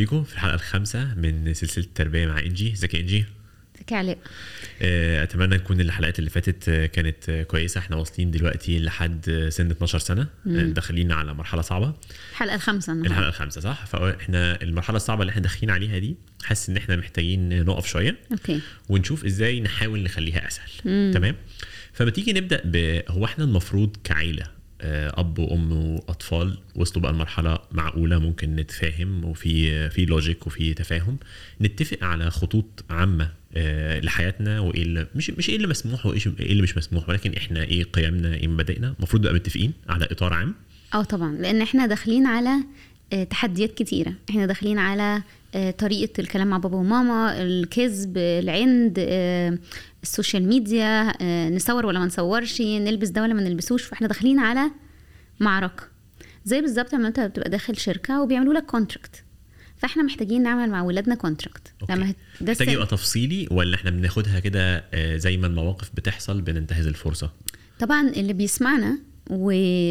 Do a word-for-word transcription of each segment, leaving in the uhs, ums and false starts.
بيكم في الحلقة الخامسة من سلسلة التربية مع إنجي. ازيك يا إنجي؟ ازيك يا علاء؟ أتمنى نكون الحلقات اللي فاتت كانت كويسة. احنا واصلين دلوقتي لحد سن اتناشر سنة، داخلين على مرحلة صعبة. الحلقة الخامسة النهاردة. الحلقة الخامسة صح. فاحنا المرحلة الصعبة اللي احنا داخلين عليها دي حاسس ان احنا محتاجين نقف شوية اوكي ونشوف ازاي نحاول نخليها أسهل. مم. تمام. فما تيجي نبدأ ب هو احنا المفروض كعيلة اب وام واطفال وصلوا بقى المرحله معقوله ممكن نتفاهم وفي في لوجيك وفي تفاهم، نتفق على خطوط عامه لحياتنا، وايه اللي مش مش ايه اللي مسموح وايه اللي مش مسموح، ولكن احنا ايه قيمنا ايه مبادئنا. المفروض نبقى متفقين على اطار عام. اه طبعا، لان احنا داخلين على تحديات كتيره. احنا داخلين على طريقه الكلام مع بابا وماما، الكذب، العند، السوشيال ميديا، نصور ولا ما نصورش، نلبس ده ولا ما نلبسوش. فاحنا داخلين على معركه زي بالظبط لما انت بتبقى داخل شركه وبيعملوا لك كونتراكت. فاحنا محتاجين نعمل مع ولادنا كونتراكت. لما ده محتاج يبقى تفصيلي ولا احنا بناخدها كده زي ما المواقف بتحصل بننتهز الفرصه؟ طبعا اللي بيسمعنا و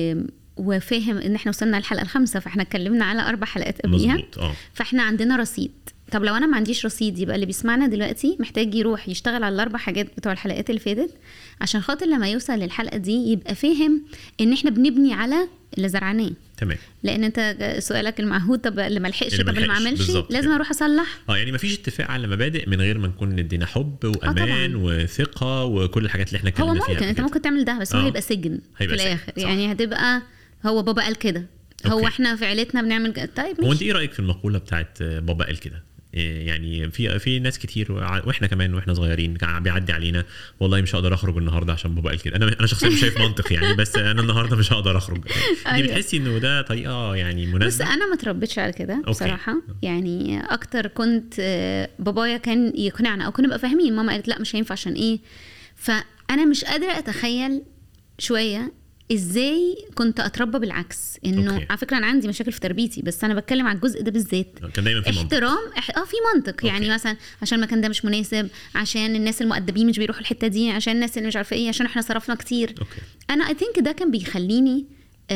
وفاهم ان احنا وصلنا الحلقه الخامسه، فاحنا اتكلمنا على اربع حلقات قبليها. فاحنا عندنا رصيد. طب لو انا ما عنديش رصيد، يبقى اللي بيسمعنا دلوقتي محتاج يروح يشتغل على الاربع حاجات بتوع الحلقات اللي فاتت، عشان خاطر لما يوصل للحلقه دي يبقى فاهم ان احنا بنبني على اللي زرعناه. تمام. لان انت سؤالك المعهود، طب اللي ما لحقش، طب اللي ما عملش لازم اروح اصلح. اه يعني ما فيش اتفاق على مبادئ من غير ما نكون ندينا حب وامان آه وثقه وكل الحاجات اللي احنا اتكلمنا فيها. هو ممكن انت ممكن تعمل ده، بس هو هيبقى سجن هيبقى في الاخر. يعني هتبقى هو بابا قال كده، هو احنا في عيلتنا بنعمل كده. طيب هو انت ايه رايك في المقوله بتاعت بابا قال كده؟ يعني في في ناس كتير واحنا كمان واحنا صغيرين بيعدي علينا، والله مش هقدر اخرج النهارده عشان بابا قال كده. انا انا شخصيا مش شايف منطق يعني، بس انا النهارده مش هقدر اخرج. انت بتحسي انه ده طريقه يعني مناسبه؟ بس انا ما اتربيتش على كده بصراحه. يعني اكتر كنت بابايا كان يقنعنا او كنا نبقى فاهمين، ماما قالت لا مش هينفع عشان ايه. فانا مش قادره اتخيل شويه ازاي كنت اتربى بالعكس. انه أوكي. على فكره انا عندي مشاكل في تربيتي، بس انا بتكلم على الجزء ده بالذات. كان دايما في احترام اح... اه في منطق. أوكي. يعني مثلا عشان المكان ده مش مناسب، عشان الناس المؤدبين مش بيروحوا الحته دي، عشان الناس اللي مش عارفه ايه، عشان احنا صرفنا كتير. أوكي. انا اي ثينك ده كان بيخليني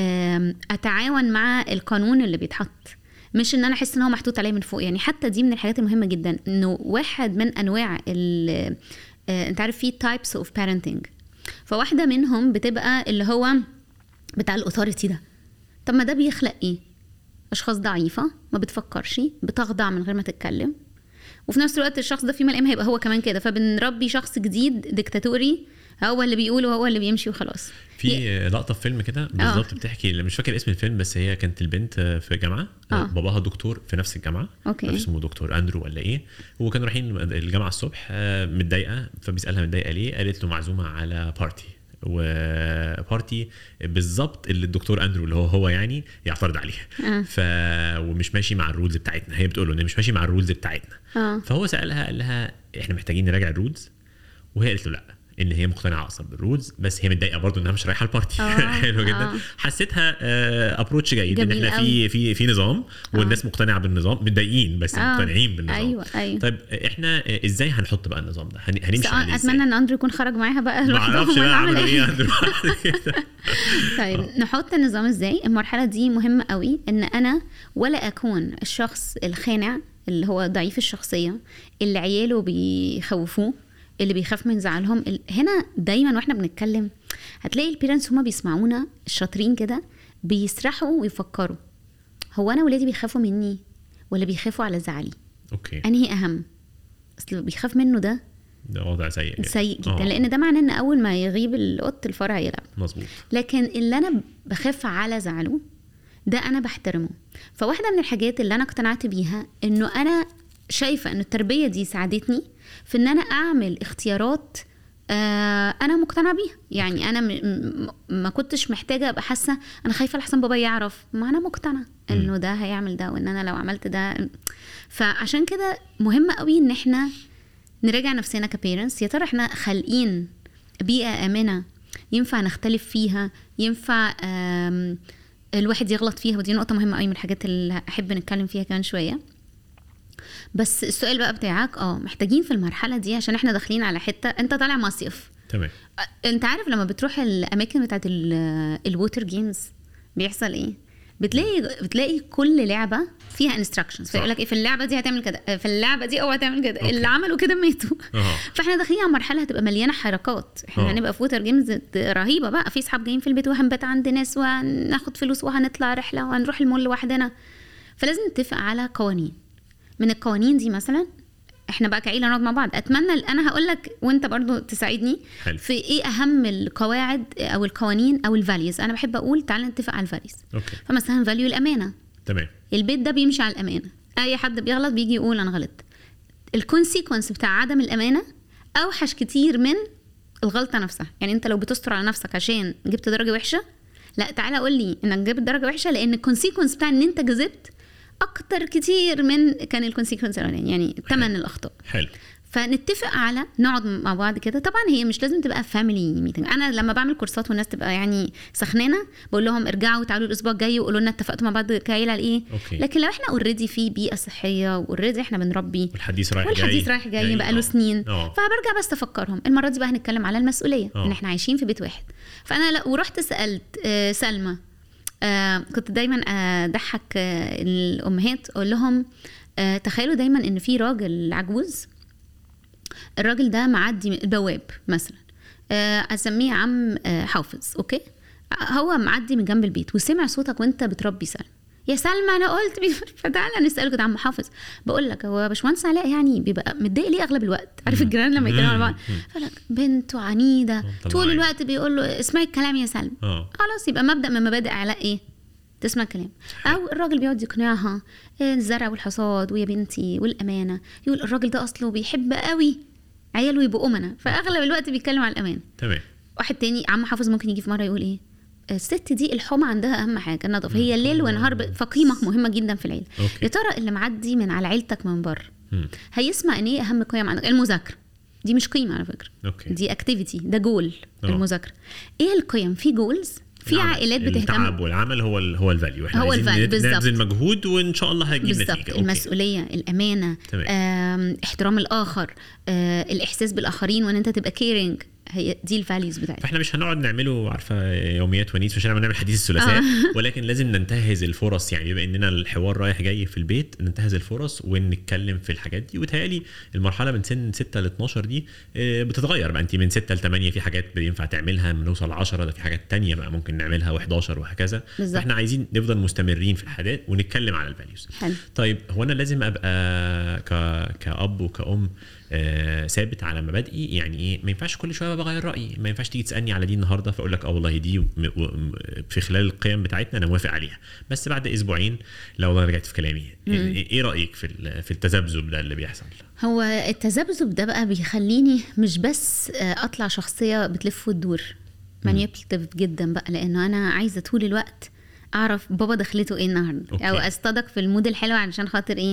اتعاون مع القانون اللي بيتحط، مش ان انا احس ان هو محطوط عليه من فوق. يعني حتى دي من الحاجات المهمه جدا، انه واحد من انواع ال... انت عارف في types of parenting، فواحده منهم بتبقى اللي هو بتاع الاوثوريتي ده. طب ما ده بيخلق ايه؟ اشخاص ضعيفه ما بتفكرش، بتخضع من غير ما تتكلم، وفي نفس الوقت الشخص ده في ملئم هيبقى هو كمان كده. فبنربي شخص جديد ديكتاتوري، هو اللي بيقوله وهو اللي بيمشي وخلاص. في لقطه في فيلم كده بالظبط بتحكي، مش فاكر اسم الفيلم، بس هي كانت البنت في جامعه. آه. باباها دكتور في نفس الجامعه. أوكي. اسمه دكتور اندرو ولا ايه، وكانوا رايحين الجامعه الصبح متضايقه، فبيسالها متضايقه ليه، قالت له معزومه على بارتي، وبارتي بالظبط اللي الدكتور اندرو اللي هو هو يعني يعترض عليها. آه. ف ومش ماشي مع الرولز بتاعتنا. هي بتقول له انه مش ماشي مع الرولز بتاعتنا. آه. فهو سالها قال لها احنا محتاجين نراجع الرولز، وهي قالت له لا، ان هي مقتنعه اصلا بالرولز، بس هي متضايقه برضو انها مش رايحه البارتي. حلو جدا. آه. حسيتها ابروتش جيد، ان احنا في في في نظام والناس آه. مقتنعه بالنظام، متضايقين بس آه. مقتنعين بالنظام. ايوه ايوه. طيب احنا ازاي هنحط بقى النظام ده؟ هنمشي عليه ازاي؟ اتمنى ان اندرو يكون خرج معاها بقى لوحده. عمل ايه اندرو؟ طيب نحط النظام ازاي؟ المرحله دي مهمه قوي، ان انا ولا اكون الشخص الخانع اللي هو ضعيف الشخصيه اللي عياله بيخوفوه، اللي بيخاف من زعلهم. هنا دايما واحنا بنتكلم هتلاقي البيرنتس هما بيسمعونا الشاطرين كده بيسرحوا ويفكروا، هو انا ولادي بيخافوا مني ولا بيخافوا على زعلي؟ اوكي. انهي اهم؟ اصل بيخاف منه ده ده وضع سيء جدا. سيء جدا. آه. لان ده معناه ان اول ما يغيب القط الفرع يلعب. مظبوط. لكن اللي انا بخاف على زعله ده انا بحترمه. فواحده من الحاجات اللي انا اقتنعت بيها انه انا شايفه ان التربيه دي ساعدتني في ان انا اعمل اختيارات آه انا مقتنعه بيها. يعني انا م- ما كنتش محتاجه ابقى حاسه انا خايفه لحسن بابا يعرف، ما انا مقتنعه انه ده هيعمل ده، وان انا لو عملت ده. فعشان كده مهم قوي ان احنا نراجع نفسنا كبيرنتس. يا ترى احنا خالقين بيئه امنه ينفع نختلف فيها، ينفع الواحد يغلط فيها؟ ودي نقطه مهمه قوي من الحاجات اللي احب نتكلم فيها كمان شويه. بس السؤال بقى بتاعك، اه محتاجين في المرحله دي عشان احنا داخلين على حته انت طالع مصيف. تمام. انت عارف لما بتروح الاماكن بتاعت الووتر جيمز بيحصل ايه؟ بتلاقي بتلاقي كل لعبه فيها انستراكشنز، فيقول لك ايه في اللعبه دي هتعمل كده، في اللعبه دي اوعى تعمل كده، اللي عملوا كده ماتوا. أوه. فاحنا داخلين على مرحله هتبقى مليانه حركات، احنا أوه. هنبقى في ووتر جيمز رهيبه بقى، في اصحاب جايين في البيت وهنبات عند ناس وهناخد فلوس وهنطلع رحله وهنروح المول لوحدنا. فلازم نتفق على قوانين. من القوانين دي مثلا احنا بقى كعيله نقعد مع بعض، اتمنى انا هقول لك وانت برضو تساعدني حلو. في ايه اهم القواعد او القوانين او الفاليوز. انا بحب اقول تعالى نتفق على الفاليوز. فمثلا فاليو الامانه، تمام، البيت ده بيمشي على الامانه، اي حد بيغلط بيجي يقول انا غلطت. الكونسيكونس بتاع عدم الامانه اوحش كتير من الغلطه نفسها. يعني انت لو بتستر على نفسك عشان جبت درجه وحشه، لا تعالى قول لي انك جبت درجه وحشه، لان الكونسيكونس بتاع ان انت كذبت اكتر كتير من كان الكونسيكونس يعني ثمن الاخطاء. حلو. فنتفق على نقعد مع بعض كده. طبعا هي مش لازم تبقى فاميلي ميتنج. انا لما بعمل كورسات والناس تبقى يعني سخنانه بقول لهم ارجعوا تعالوا الاسبوع الجاي وقولوا لنا اتفقتوا مع بعض كعيله على ايه. أوكي. لكن لو احنا اوريدي في بيئه صحيه واوريدي احنا بنربي والحديث رايح جاي والحديث رايح جاي بقى له سنين، أوه. فبرجع بس افكرهم المره دي بقى هنتكلم على المسؤوليه. أوه. ان احنا عايشين في بيت واحد. فانا لا ورحت سالت آه سلمى، آه كنت دايما اضحك آه الامهات اقول لهم آه تخيلوا دايما ان في راجل عجوز، الراجل ده معدي البواب مثلا، آه اسميه عم آه حافظ، اوكي، هو معدي من جنب البيت وسمع صوتك وانت بتربي سلمى، يا سلمى انا قلت فتعالى نساله كده عم حافظ، بقول لك هو باشمهندس علاء يعني بيبقى متضايق ليه اغلب الوقت؟ عارف الجيران لما يتكلموا على بعض، فلك بنته عنيده طول الوقت بيقول له اسمعي الكلام يا سلمى، خلاص يبقى مبدا من مبادئ علاء ايه؟ تسمع كلام. او الراجل بيقعد يقنعها الزرع والحصاد ويا بنتي والامانه، يقول الراجل ده اصله بيحب قوي عياله يبقوا امنا، فاغلب الوقت بيتكلم على الامان. تمام. واحد تاني عم حافظ ممكن يجي في مره يقول ايه الست دي الحومه عندها اهم حاجه النظافه، هي الليل ونهار فقيمه مهمه جدا في العيله. يا ترى اللي معدي من على عيلتك من بره هيسمع ان ايه اهم قيم عندك؟ المذاكره دي مش قيمه على فكره. أوكي. دي اكتيفيتي، ده جول. أوه. المذاكره ايه القيم؟ في جولز، في عائلات بتهتم. التعب والعمل هو ال هو الفاليو، احنا هو عايزين نبذل مجهود وان شاء الله هيجيب نتيجه. أوكي. المسؤوليه، الامانه، احترام الاخر، آه، الاحساس بالاخرين وان انت تبقى كيرينج، هي دي الفاليوز بتاعتنا. فاحنا مش هنقعد نعمله عارفه يوميات ونيس، مش هنعمل حديث الثلاثاء ولكن لازم ننتهز الفرص، يعني بما اننا الحوار رايح جاي في البيت ننتهز الفرص ونتكلم في الحاجات دي. وتهيألي المرحله من سن ستة ل اتناشر دي بتتغير بقى، انت من ستة ل تمانية في حاجات بينفع تعملها، من نوصل عشرة ده في حاجات تانية بقى ممكن نعملها وحداشر وهكذا. فاحنا عايزين نفضل مستمرين في الحاجات ونتكلم على الفاليوز. طيب هو انا لازم ابقى ك... كأب وكأم آه ثابت على مبادئي؟ يعني ايه؟ ما ينفعش كل شويه بغير رايي، ما ينفعش تيجي تسالني على دي النهارده فاقول لك اه والله دي في خلال القيم بتاعتنا انا موافق عليها، بس بعد اسبوعين لو انا رجعت في كلامي. ايه رايك في في التذبذب ده اللي بيحصل؟ هو التذبذب ده بقى بيخليني مش بس اطلع شخصيه بتلف وتدور مانيبيوليتيف جدا بقى، لانه انا عايزه طول الوقت اعرف بابا دخلته ايه النهارده، او اصطدق في المود الحلو علشان خاطر ايه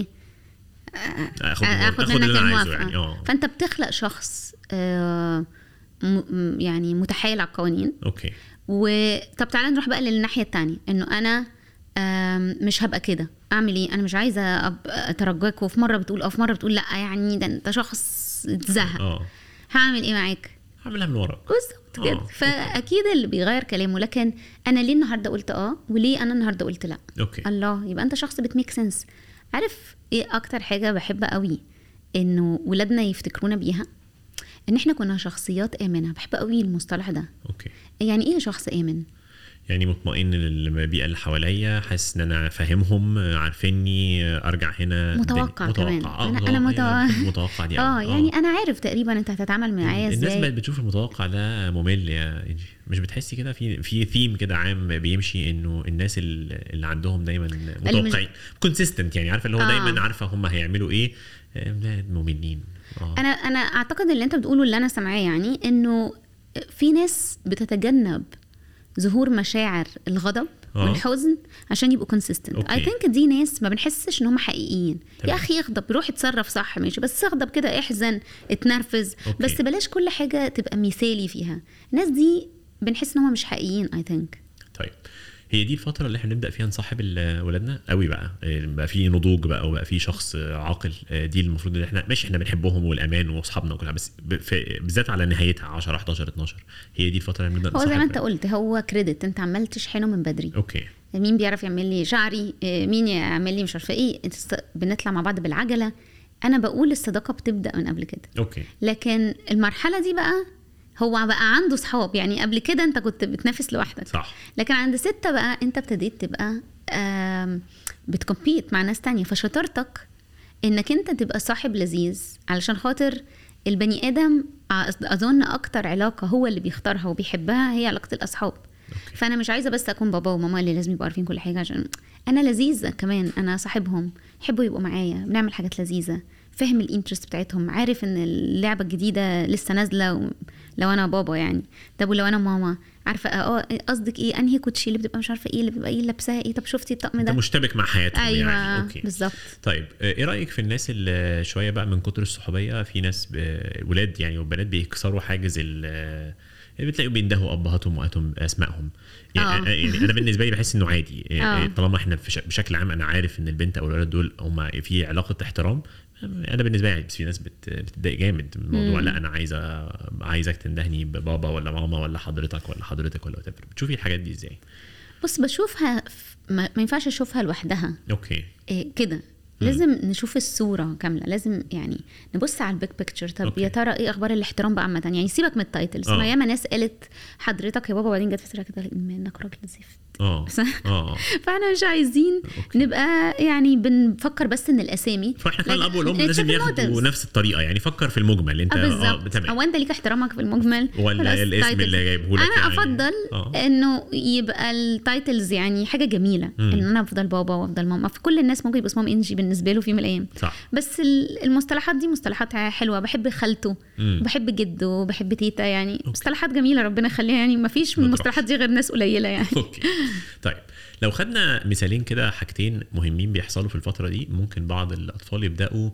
اخد اخد اللي انا عايزه يعني. اه فانت بتخلق شخص آه م يعني متحايل على القوانين. اوكي. وطب تعالى نروح بقى للناحيه الثانيه، انه انا مش هبقى كده، اعمل ايه؟ انا مش عايزه اترجاك وفي مره بتقول اه في مره بتقول لا، يعني ده انت شخص اتزهق. اه هعمل ايه معاك؟ هعملها من وراك بالظبط كده. فاكيد اللي بيغير كلامه، لكن انا ليه النهارده قلت اه وليه انا النهارده قلت لا؟ أوكي. الله، يبقى انت شخص بتميك سنس. عارف ايه اكتر حاجه بحب قوي انه ولادنا يفتكرونا بيها؟ ان احنا كنا شخصيات امنه. بحب قوي المصطلح ده. اوكي. يعني ايه شخص امن؟ يعني مطمئن للبيئه اللي حواليا، حاسس ان انا فاهمهم، عارفيني ارجع هنا متوقع كمان. متوقع. انا انا متوقع متوقع دي اه يعني انا عارف تقريبا انت هتتعامل معايا ازاي. الناس بقت بتشوف المتوقع ده ممل يا انجي، مش بتحسي كده؟ في في ثيم كده عام بيمشي انه الناس اللي عندهم دايما متوقعين كونسيستنت، يعني عارفه اللي هو آه. دايما عارفه هم هيعملوا ايه، مملين. آه. انا انا اعتقد اللي انت بتقوله اللي انا سامعاه يعني انه في ناس بتتجنب ظهور مشاعر الغضب أوه. والحزن عشان يبقوا كونسيستنت. اي ثينك دي ناس ما بنحسش ان هم حقيقيين. طبعا. يا اخي اغضب، روح اتصرف صح ماشي، بس اغضب كده، احزن، اتنرفز، أوكي. بس بلاش كل حاجه تبقى مثالي فيها. الناس دي بنحس ان هم مش حقيقيين. اي ثينك. طيب هي دي الفترة اللي احنا نبدأ فيها نصاحب ولادنا قوي بقى، بقى في نضوج بقى وبقى في شخص عاقل. دي المفروض ان احنا ماشي احنا بنحبهم والامان واصحابنا وكلها، بس بالذات على نهايتها عشرة حداشر اتناشر هي دي الفترة اللي نبدأ نصاحب. هو زي ما انت قلت، هو كريدت انت عمال تشحنه من بدري. اوكي. مين بيعرف يعمل لي شعري، مين يعمل لي مش عارفه ايه، بنطلع مع بعض بالعجله. انا بقول الصداقه بتبدا من قبل كده. اوكي. لكن المرحله دي بقى هو بقى عنده صحاب، يعني قبل كده انت كنت بتنافس لوحدك صح. لكن عند ستة بقى انت ابتديت تبقى بتكمبيت مع ناس تانية. فشطارتك انك انت تبقى صاحب لذيذ، علشان خاطر البني ادم اظن اكتر علاقه هو اللي بيختارها وبيحبها هي علاقه الاصحاب. أوكي. فانا مش عايزه بس اكون بابا وماما اللي لازم يبقوا عارفين كل حاجه، عشان انا لذيذه كمان، انا صاحبهم، يحبوا يبقوا معايا، بنعمل حاجات لذيذه، فاهم الانترست بتاعتهم، عارف ان اللعبه الجديده لسه نازله و... لو انا بابا يعني. طب ولو انا ماما عارفه اه قصدك ايه، انهي كوتشي اللي بتبقى مش عارفه ايه اللي بتبقى ايه لابساها ايه، طب شفتي الطقم ده. انت مشتبك مع حياتهم. أيوة يعني اوكي بالظبط. طيب ايه رايك في الناس اللي شويه بقى من كتر الصحوبيه، في ناس ولاد يعني وبنات بيكسروا حاجز اللي بتلاقوا بيندهوا ابهاتهم وامهاتهم اسمائهم يعني, يعني انا بالنسبه لي بحس انه عادي أوه. طالما احنا بشكل عام انا عارف ان البنت او الولد دول هم في علاقه احترام، انا بالنسبه لي. بس في ناس بتتضايق جامد من الموضوع. لا انا عايزه عايزك تندهني ببابا ولا ماما ولا حضرتك ولا حضرتك ولا وات. بتشوفي الحاجات دي ازاي؟ بص بشوفها ما ينفعش اشوفها لوحدها. اوكي. إيه كده لازم نشوف الصوره كامله، لازم يعني نبص على البيك بيكتشر. طب أوكي. يا ترى ايه اخبار الاحترام بقى عامه؟ يعني سيبك من التايتلز. ما ياما ناس قالت حضرتك يا بابا وبعدين جت فتره كده انك راجل زفت. اه اه فاحنا مش عايزين أوكي. نبقى يعني بنفكر بس ان الاسامي، فاحنا كمان الاب والام لازم ياخدوا نفس الطريقه. يعني فكر في المجمل انت اه بتابع، او انت ليك احترامك في المجمل ولا الاسم اللي جايبه لك. انا يعني افضل آه. انه يبقى التايتلز يعني حاجه جميله. م. ان انا افضل بابا وافضل ماما، في كل الناس ممكن يبقى اسمهم انجي بالنسبه له في يوم من الايام. صح. بس المصطلحات دي مصطلحات حلوه. بحب خالته، م. بحب جده، بحب تيتا، يعني أوكي. مصطلحات جميله ربنا يخليها. يعني ما فيش من المصطلحات دي غير ناس قليله يعني. أوكي. طيب لو خدنا مثالين كده، حاجتين مهمين بيحصلوا في الفترة دي، ممكن بعض الأطفال يبدأوا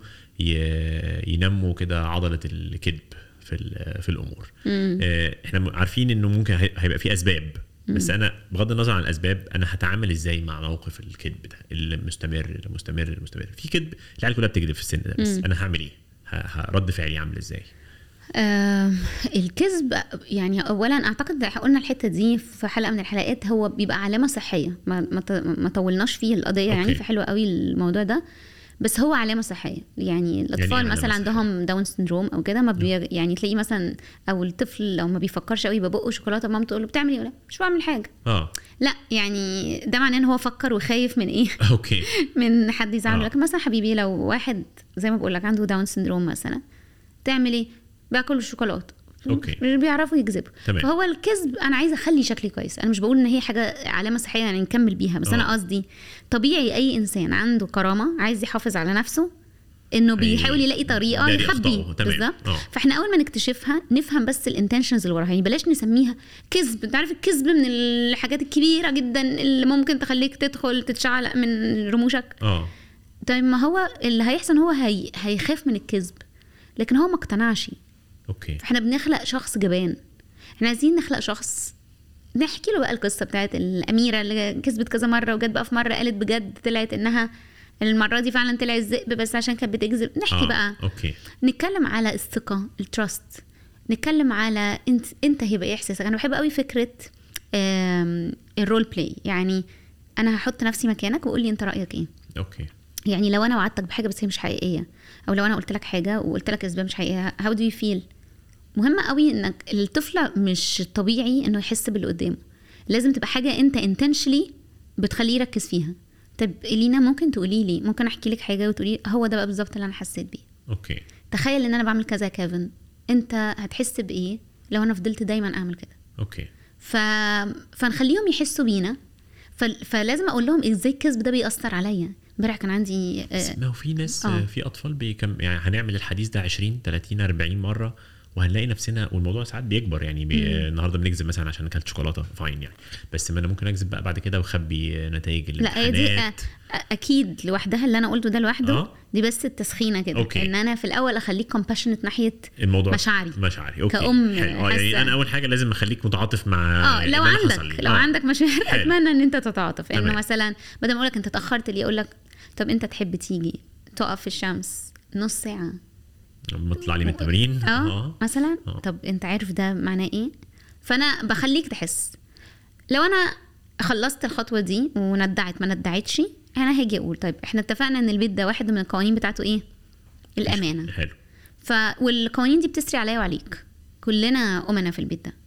ينموا كده عضلة الكذب في في الأمور. مم. احنا عارفين إنه ممكن هيبقى فيه أسباب، بس مم. أنا بغض النظر عن الأسباب أنا هتعامل إزاي مع موقف الكذب ده المستمر المستمر المستمر. في كذب العيال كلها بتكذب في السن ده، بس مم. أنا هعمل إيه؟ رد فعلي عامل إزاي؟ آه الكذب يعني اولا اعتقد قلنا الحته دي في حلقه من الحلقات، هو بيبقى علامه صحيه. ما ما طولناش فيه القضيه أوكي. يعني فحلوه قوي الموضوع ده، بس هو علامه صحيه. يعني الاطفال يعني مثلا عندهم داون سندروم او كده، ما بي يعني تلاقي مثلا او الطفل لو ما بيفكرش قوي ببقه شوكولاته مامته تقول له بتعمل ايه، ولا مش بعمل حاجه. اه لا يعني ده معناه ان هو فكر وخايف من ايه. اوكي. من حد يزعله. لكن مثلا حبيبي لو واحد زي ما بقول لك عنده داون سندروم مثلا، تعمل ايه؟ باكل الشوكولاته. اوكي. مش بيعرفوا يكذبوا. فهو الكذب انا عايزه اخلي شكلي كويس. انا مش بقول ان هي حاجه علامه صحيه يعني نكمل بيها، بس أوه. انا قصدي طبيعي اي انسان عنده كرامه عايز يحافظ على نفسه، انه بيحاول يلاقي طريقه يخبي. بالظبط. فاحنا اول ما نكتشفها نفهم بس الانتنشنز اللي وراها. يعني بلاش نسميها كذب. انت عارف الكذب من الحاجات الكبيره جدا اللي ممكن تخليك تدخل تتشعلق من رموشك. اه طيب ما هو اللي هيحصل هو هي... هيخاف من الكذب، لكن هو ما اقتنعش. اوكي. احنا بنخلق شخص جبان. احنا عايزين نخلق شخص نحكي له بقى القصه بتاعت الاميره اللي كذبت كذا مره وجت بقى في مره قالت بجد طلعت انها المره دي فعلا طلع الذئب بس عشان كانت بتكذب. نحكي آه. بقى أوكي. نتكلم على الثقه التراست، نتكلم على انت انت هيبقى ايه احساسك. انا بحب قوي فكره الرول بلاي. يعني انا هحط نفسي مكانك واقول لي انت رايك ايه. اوكي. يعني لو انا وعدتك بحاجه بس هي مش حقيقيه، او لو انا قلت لك حاجه وقلت لك اسباب مش حقيقيه، how do you feel؟ مهم قوي انك الطفل مش طبيعي انه يحس باللي قدامه. لازم تبقى حاجه انت intentionally بتخليه يركز فيها. طب إلينا ممكن تقولي لي، ممكن احكي لك حاجه وتقولي هو ده بقى بالظبط اللي انا حسيت بيه. اوكي. تخيل ان انا بعمل كذا يا كيفن، انت هتحس بايه لو انا فضلت دايما اعمل كده؟ اوكي. ف... فنخليهم يحسوا بينا. ف... فلازم اقول لهم ازاي الكذب ده بيأثر عليا. امبارح كان عندي آه ما هو في ناس آه. في اطفال بيكم يعني هنعمل الحديث ده عشرين ثلاثين أربعين مره وهنلاقي نفسنا، والموضوع ساعات بيكبر. يعني بي... النهارده بنكذب مثلا عشان اكلت شوكولاته فاين يعني، بس ما انا ممكن اكذب بقى بعد كده واخبي نتائج الامتحانات. لا دي اكيد لوحدها اللي انا قلته ده لوحده. آه؟ دي بس التسخينه كده. أوكي. ان انا في الاول اخليك كومباشنت ناحيه الموضوع مشاعري مشاعري أوكي. كأم اه يعني انا اول حاجه لازم اخليك متعاطف مع اه لو عندك لو آه. عندك مشاعر اتمنى ان انت تتعاطف. انه يعني مثلا بدل ما اقول لك انت اتاخرت لي اقول لك طب انت تحب تيجي تقف في الشمس نص ساعه مطلع لي من التمرين. اه, آه. مثلا آه. طب انت عارف ده معناه ايه؟ فانا بخليك تحس. لو انا خلصت الخطوه دي وندعت ما ندعتش، انا هاجي اقول طيب احنا اتفقنا ان البيت ده واحد من القوانين بتاعته ايه؟ الامانه. حلو. ف والقوانين دي بتسري عليا وعليك، كلنا امنا في البيت ده.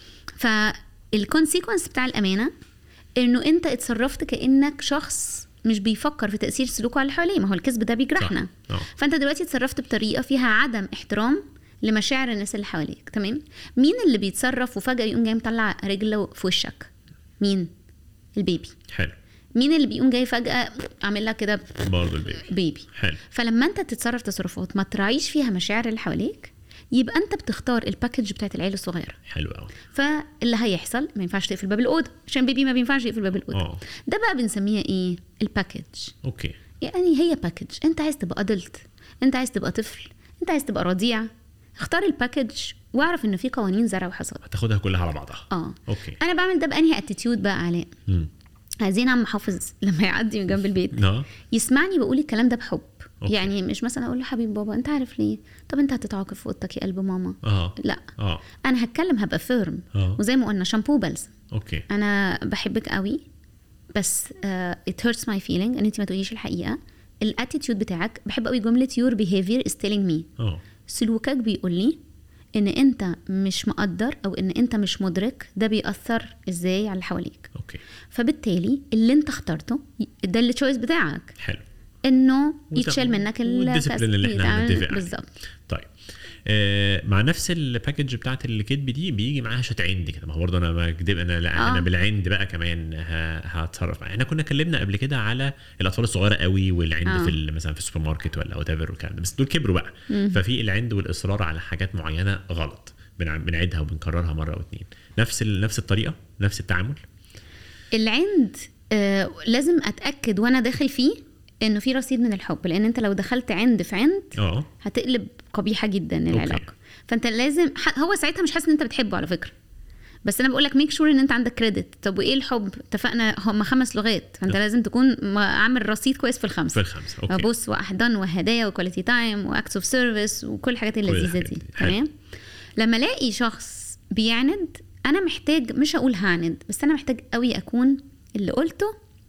فالكونسيكونس بتاع الامانه انه انت اتصرفت كانك شخص مش بيفكر في تاثير سلوكه على اللي حواليه. ما هو الكذب ده بيجرحنا. فانت دلوقتي اتصرفت بطريقه فيها عدم احترام لمشاعر الناس اللي حواليك. تمام. مين اللي بيتصرف وفجاه يقوم جاي مطلع رجله في وشك؟ مين؟ البيبي. حلو. مين اللي بيقوم جاي فجاه عامل لك كده؟ برضه البيبي. بيبي. حلو. فلما انت تتصرف تصرفات ما تراعيش فيها مشاعر اللي حواليك، يبقى انت بتختار الباكج بتاعت العيله الصغيره. حلو قوي. فاللي هيحصل ما ينفعش تقفل باب الاوضه عشان بيبي ما بينفعش يقفل باب الاوضه. أوه. ده بقى بنسميها ايه؟ الباكج. اوكي. يعني هي باكج. انت عايز تبقى ادلت، انت عايز تبقى طفل، انت عايز تبقى رضيع، اختار الباكج واعرف ان في قوانين زرع وحصاد هتاخدها كلها على بعضها. اه اوكي. انا بعمل ده بانهي اتيتيود بقى علاء؟ امم عايزين عم حافظ لما يعدي من جنب البيت no. يسمعني بقول الكلام ده بحب. أوكي. يعني مش مثلا اقول له حبيب بابا انت عارف ليه، طب انت هتتعاقب في اوضتك يا قلب ماما. اه لا اه انا هتكلم هبقى فيرم. آه. وزي ما قلنا شامبو بلسم. اوكي. انا بحبك قوي بس uh, it hurts my feeling ان انت ما تقوليش الحقيقه. الاتيتيود بتاعك بحب قوي جمله your behavior is telling me. اه سلوكك بيقول لي ان انت مش مقدر او ان انت مش مدرك ده بيأثر ازاي على اللي حواليك. اوكي. فبالتالي اللي انت اخترته ده اللي تشويس بتاعك حلو. انه يتشال منك الديسيبلين اللي احنا هنتفق عليه. بالظبط. طيب آه مع نفس الباكج بتاعت الكذب دي بيجي معاها شويه عند كده. ما هو برضه انا ما اكذب انا لا آه. انا بالعند بقى كمان هتصرف. احنا كنا اتكلمنا قبل كده على الاطفال الصغيره قوي والعند آه. في مثلا في السوبر ماركت ولا وات ايفر والكلام ده، بس دول كبروا بقى. مم. ففي العند والاصرار على حاجات معينه غلط بنعيدها وبنكررها مره او اتنين. نفس نفس الطريقه نفس التعامل. العند آه لازم اتاكد وانا داخل فيه انه في رصيد من الحب، لان انت لو دخلت عند في عند اه هتقلب قبيحه جدا العلاقه. أوكي. فانت لازم هو ساعتها مش حاسس ان انت بتحبه على فكره، بس انا بقول لك ميك شور ان انت عندك كريدت. طب وايه الحب؟ اتفقنا هم خمس لغات، فانت أوكي. لازم تكون عامل رصيد كويس في الخمسه. في الخمسه. اوكي. بص واحضان وهدايا وكواليتي تايم واكتس اوف سيرفيس وكل الحاجات اللذيذه دي. تمام. لما الاقي شخص بيعند انا محتاج مش هقول هعند، بس انا محتاج قوي اكون اللي قلته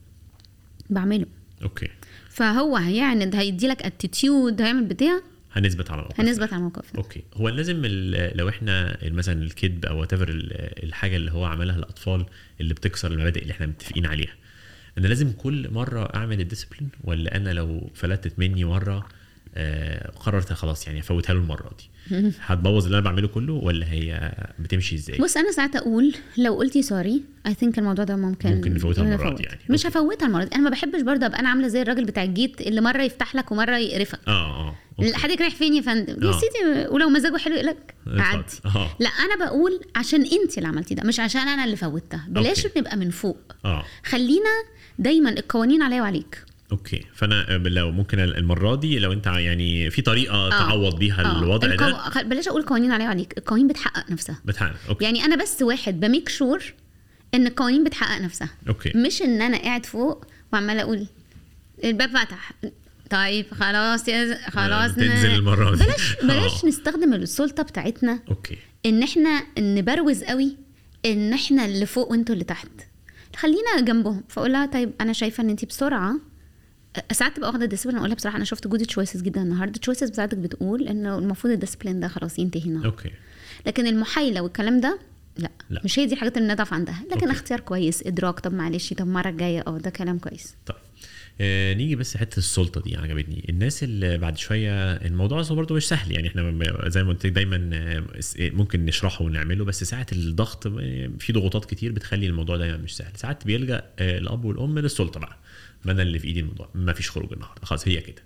بعمله. اوكي. فهو هيعند هيدي لك اتيتيود هيعمل بتاع هنثبت على موقف هنثبت على موقف. اوكي. هو لازم لو احنا مثلا الكذب او whatever الحاجه اللي هو عملها الاطفال اللي بتكسر المبادئ اللي احنا متفقين عليها، انا لازم كل مره اعمل الديسيبلين، ولا انا لو فلتت مني مره آه قررت خلاص يعني افوتها له المره دي هتبوظ اللي انا بعمله كله، ولا هي بتمشي ازاي؟ بص انا ساعات اقول لو قلتي سوري اي ثينك الموضوع ده ممكن ممكن نفوتها المره دي يعني. مش أوكي. هفوتها المره دي. انا ما بحبش برضه ابقى انا عامله زي الراجل بتاع الجيت اللي مره يفتح لك ومره يقرفك. اه اه حضرتك رايح فين يا فندم؟ يا سيدي ولو مزاجه حلو يقول لك عادي. آه. لا انا بقول عشان انت اللي عملتي ده، مش عشان انا اللي فوتها. بلاش نبقى من فوق. اه خلينا دايما القوانين عليا وعليك. اوكي. فانا لو ممكن المره دي لو انت يعني في طريقه آه. تعوض بيها آه. الوضع القو... ده. بلاش اقول قوانين عليا وعليك، القوانين بتحقق نفسها. بتحقق. اوكي. يعني انا بس واحد بميك شور ان القوانين بتحقق نفسها. اوكي. مش ان انا قاعد فوق وعماله اقول الباب فتح طيب خلاص يا خلاص آه. تنزل المره دي. بلاش بلاش نستخدم السلطه بتاعتنا. اوكي. ان احنا نبروز قوي ان احنا اللي فوق وانتوا اللي تحت. خلينا جنبهم. فاقول لها طيب انا شايفه ان انت بسرعه ساعات تبقى واخده ديسيبلين. اقول لها بصراحه انا شفت جود تشويسز جدا النهارده. التشويسز بتاعتك بتقول انه المفروض الديسيبلين ده خلاص ينتهي النهارده. اوكي. لكن المحايله والكلام ده لا, لا. مش هي دي الحاجات اللي نضعف عندها. لكن أوكي. اختيار كويس، ادراك، طب معلش طب المره الجايه اه ده كلام كويس. طيب آه نيجي بس حته السلطه دي عجبتني. الناس اللي بعد شويه الموضوع برضه مش سهل يعني. احنا زي ما قلت دايما ممكن نشرحه ونعمله، بس ساعه الضغط في ضغوطات كتير بتخلي الموضوع دايما مش سهل. ساعات بيلجأ الاب والام للسلطه بقى، ما انا اللي في ايدي الموضوع، ما فيش خروج النهارده خلاص هي كده.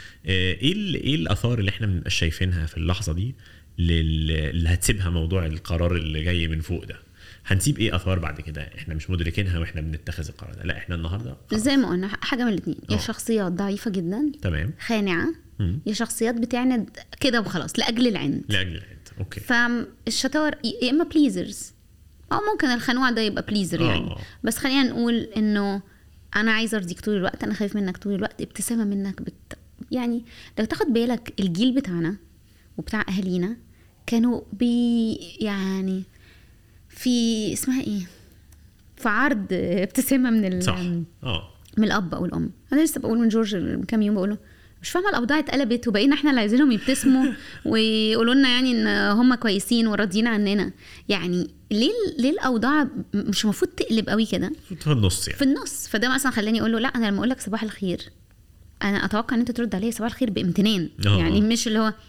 ايه ايه الاثار اللي احنا بنبقى شايفينها في اللحظه دي اللي هتسيبها موضوع القرار اللي جاي من فوق ده؟ هنسيب ايه اثار بعد كده احنا مش مدركينها واحنا بنتخذ القرار ده؟ لا احنا النهارده زي ما قلنا حاجه من الاثنين، يا شخصيات ضعيفه جدا تمام خانعه، يا شخصيات بتعند كده وخلاص لاجل العند. لاجل العند. اوكي. فالشطار يا اما بليزرز او ممكن الخنوع ده يبقى بليزر يعني. أوه. بس خلينا نقول انه انا عايزه ارضيك طول الوقت، انا خايف منك طول الوقت، ابتسامه منك بت... يعني لو تاخد بالك الجيل بتاعنا وبتاع اهالينا كانوا بي يعني في اسمها ايه في عرض ابتسامه من ال... صح اه من الاب او الام. انا لسه بقول من جورج من كام يوم بقوله مش فاهمه الاوضاع اتقلبت وبقينا احنا اللي عايزينهم يبتسموا ويقولوا لنا يعني ان هم كويسين وراضيين عننا. يعني ليه ليه الاوضاع مش المفروض تقلب قوي كده في النص يعني. في النص. فده مثلا خلاني اقول له لا انا لما اقول لك صباح الخير انا اتوقع ان انت ترد عليه صباح الخير بامتنان. أوه. يعني مش اللي هو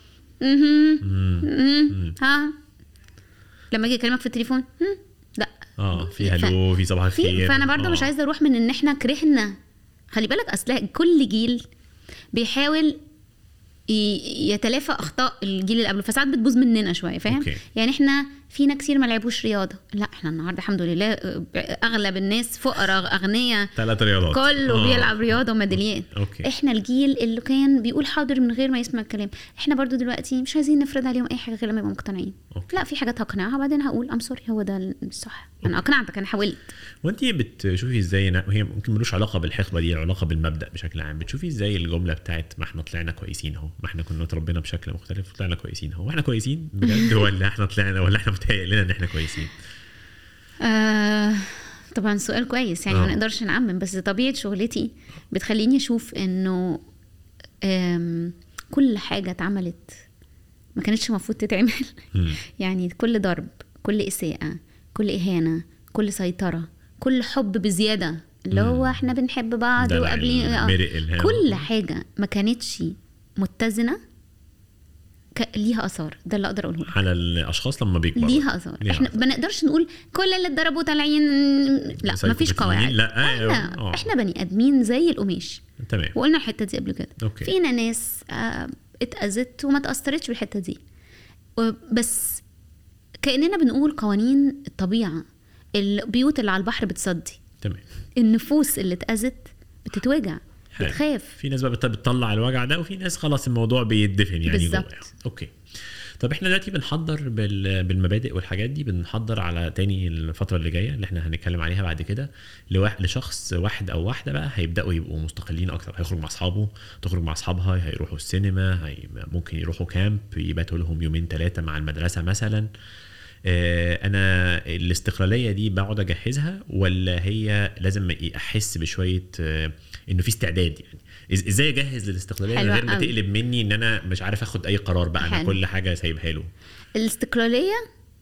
امم ها لما اجي اكلمك في التليفون لا اه في هلو في صباح الخير. فانا برضو آه. مش عايزه اروح من ان احنا كرهنا. خلي بالك اصل كل جيل بيحاول يتلافى اخطاء الجيل اللي قبله فساعات بتبوظ مننا شويه فاهم. أوكي. يعني احنا فينا كتير ما لعبوش رياضه. لا احنا النهارده الحمد لله اغلب الناس فقراء اغنياء ثلاث رياضات كله آه. بيلعب رياضه وميداليات. أوكي. احنا الجيل اللي كان بيقول حاضر من غير ما يسمع الكلام. احنا برضو دلوقتي مش عايزين نفرض عليهم اي حاجه غير لما يبقوا مقتنعين. أوكي. لا في حاجات هقنعها بعدين هقول ام سوري هو ده الصح. انا اقنعتك انا حاولت. وانت بتشوفي ازاي هي ممكن ملوش علاقه بالحقبه دي علاقه بالمبدا بشكل عام. بتشوفي ازاي الجمله بتاعت ما احنا طلعنا كويسين اهو ما احنا كنا متربينا بشكل مختلف وطلعنا كويسين اهو واحنا كويسين بجد ولا احنا طلعنا ولا احنا متهيأ لنا ان احنا كويسين؟ آه طبعا سؤال كويس يعني آه. ما نقدرش نعمم بس طبيعه شغلتي بتخليني اشوف انه كل حاجه اتعملت ما كانتش المفروض تتعمل. يعني كل ضرب كل اساءه كل اهانه كل سيطره كل حب بزياده اللي هو احنا بنحب بعض وقبلين كل حاجه ما كانتش متزنه ليها اثار. ده اللي اقدر اقوله على الاشخاص لما بيكبروا ليها اثار. احنا ما نقدرش نقول كل اللي اتضربوا طالعين لا ما فيش قواعد. لا احنا, آه. احنا بني ادمين زي القماش. تمام. وقلنا الحته دي قبل كده. أوكي. فينا ناس آه اتاذت وما تاثرتش بالحته دي بس كاننا بنقول قوانين الطبيعه. البيوت اللي على البحر بتصدي. تمام. النفوس اللي اتاذت بتتوجع بتخاف. في ناس بقى بتطلع الوجع ده وفي ناس خلاص الموضوع بيدفن يعني جوه. اوكي. طب احنا دلوقتي بنحضر بالمبادئ والحاجات دي بنحضر على تاني الفتره اللي جايه اللي احنا هنتكلم عليها بعد كده لشخص واحد او واحده بقى هيبداوا يبقوا مستقلين اكتر. هيخرج مع اصحابه تخرج مع اصحابها هيروحوا السينما هي ممكن يروحوا كامب يباتوا لهم يومين ثلاثه مع المدرسه مثلا. اه انا الاستقلاليه دي بقعد اجهزها ولا هي لازم احس بشويه اه انه في استعداد؟ يعني ازاي اجهز للاستقلاليه من غير ما تقلب مني ان انا مش عارف اخد اي قرار بقى انا كل حاجه سايبها له؟ الاستقلاليه